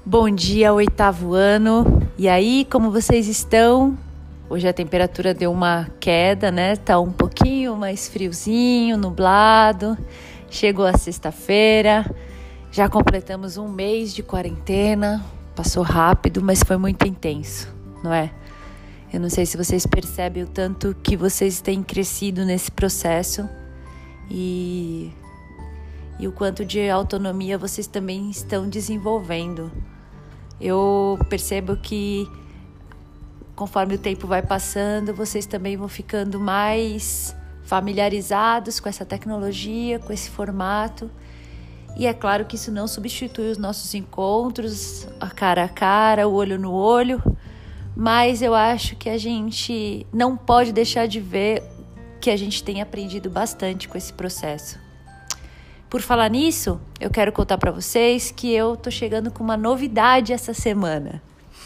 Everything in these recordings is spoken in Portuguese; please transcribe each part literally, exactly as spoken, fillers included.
Bom dia, oitavo ano. E aí, como vocês estão? Hoje a temperatura deu uma queda, né? Tá um pouquinho mais friozinho, nublado. Chegou a sexta-feira. Já completamos um mês de quarentena. Passou rápido, mas foi muito intenso, não é? Eu não sei se vocês percebem o tanto que vocês têm crescido nesse processo e, e o quanto de autonomia vocês também estão desenvolvendo. Eu percebo que conforme o tempo vai passando, vocês também vão ficando mais familiarizados com essa tecnologia, com esse formato. E é claro que isso não substitui os nossos encontros, a cara a cara, o olho no olho, mas eu acho que a gente não pode deixar de ver que a gente tem aprendido bastante com esse processo. Por falar nisso, eu quero contar para vocês que eu tô chegando com uma novidade essa semana.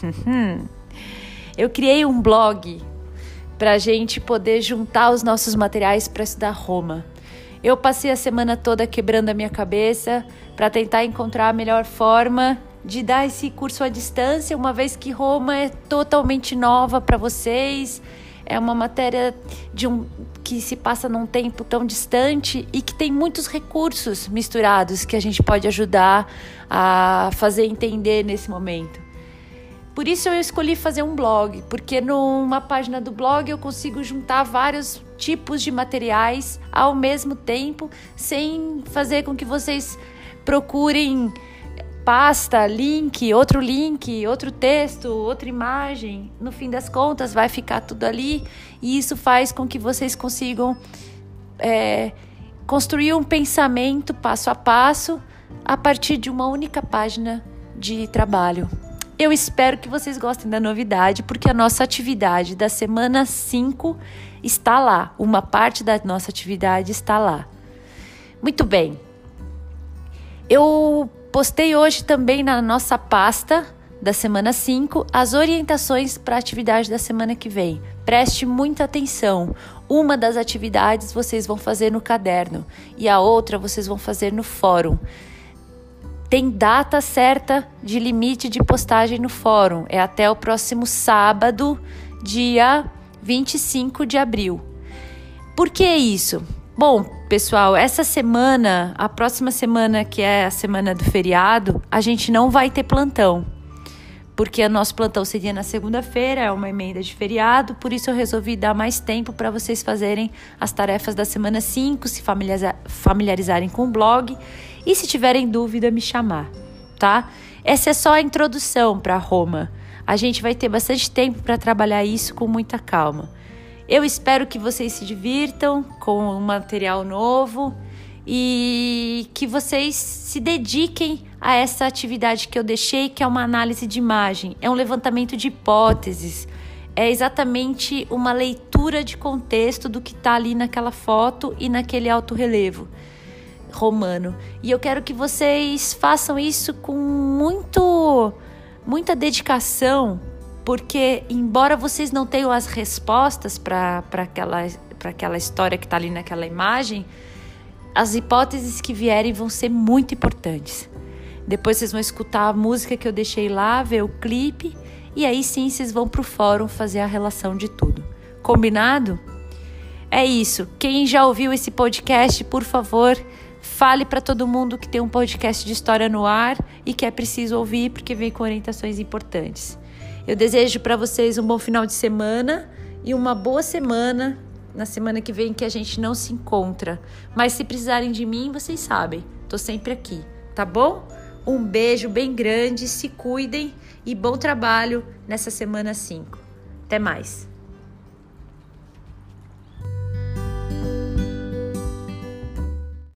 Eu criei um blog para a gente poder juntar os nossos materiais para estudar Roma. Eu passei a semana toda quebrando a minha cabeça para tentar encontrar a melhor forma de dar esse curso à distância, uma vez que Roma é totalmente nova para vocês. É uma matéria de um, que se passa num tempo tão distante e que tem muitos recursos misturados que a gente pode ajudar a fazer entender nesse momento. Por isso eu escolhi fazer um blog, porque numa página do blog eu consigo juntar vários tipos de materiais ao mesmo tempo, sem fazer com que vocês procurem pasta, link, outro link, outro texto, outra imagem. No fim das contas vai ficar tudo ali e isso faz com que vocês consigam é, construir um pensamento passo a passo a partir de uma única página de trabalho. Eu espero que vocês gostem da novidade, porque a nossa atividade da semana cinco está lá. Uma parte da nossa atividade está lá. Muito bem. Eu postei hoje também na nossa pasta da semana cinco as orientações para a atividade da semana que vem. Preste muita atenção. Uma das atividades vocês vão fazer no caderno e a outra vocês vão fazer no fórum. Tem data certa de limite de postagem no fórum. É até o próximo sábado, dia vinte e cinco de abril. Por que isso? Bom, pessoal, essa semana, a próxima semana, que é a semana do feriado, a gente não vai ter plantão. Porque o nosso plantão seria na segunda-feira, é uma emenda de feriado, por isso eu resolvi dar mais tempo para vocês fazerem as tarefas da semana cinco, se familiarizar, familiarizarem com o blog e se tiverem dúvida, me chamar, tá? Essa é só a introdução para Roma. A gente vai ter bastante tempo para trabalhar isso com muita calma. Eu espero que vocês se divirtam com um material novo e que vocês se dediquem a essa atividade que eu deixei, que é uma análise de imagem, é um levantamento de hipóteses, é exatamente uma leitura de contexto do que está ali naquela foto e naquele alto relevo romano. E eu quero que vocês façam isso com muito, muita dedicação, porque embora vocês não tenham as respostas para aquela, para aquela história que está ali naquela imagem, as hipóteses que vierem vão ser muito importantes. Depois vocês vão escutar a música que eu deixei lá, ver o clipe, e aí sim vocês vão para o fórum fazer a relação de tudo. Combinado? É isso. Quem já ouviu esse podcast, por favor, fale para todo mundo que tem um podcast de história no ar e que é preciso ouvir porque vem com orientações importantes. Eu desejo para vocês um bom final de semana e uma boa semana na semana que vem que a gente não se encontra. Mas se precisarem de mim, vocês sabem, tô sempre aqui, tá bom? Um beijo bem grande, se cuidem e bom trabalho nessa semana cinco. Até mais!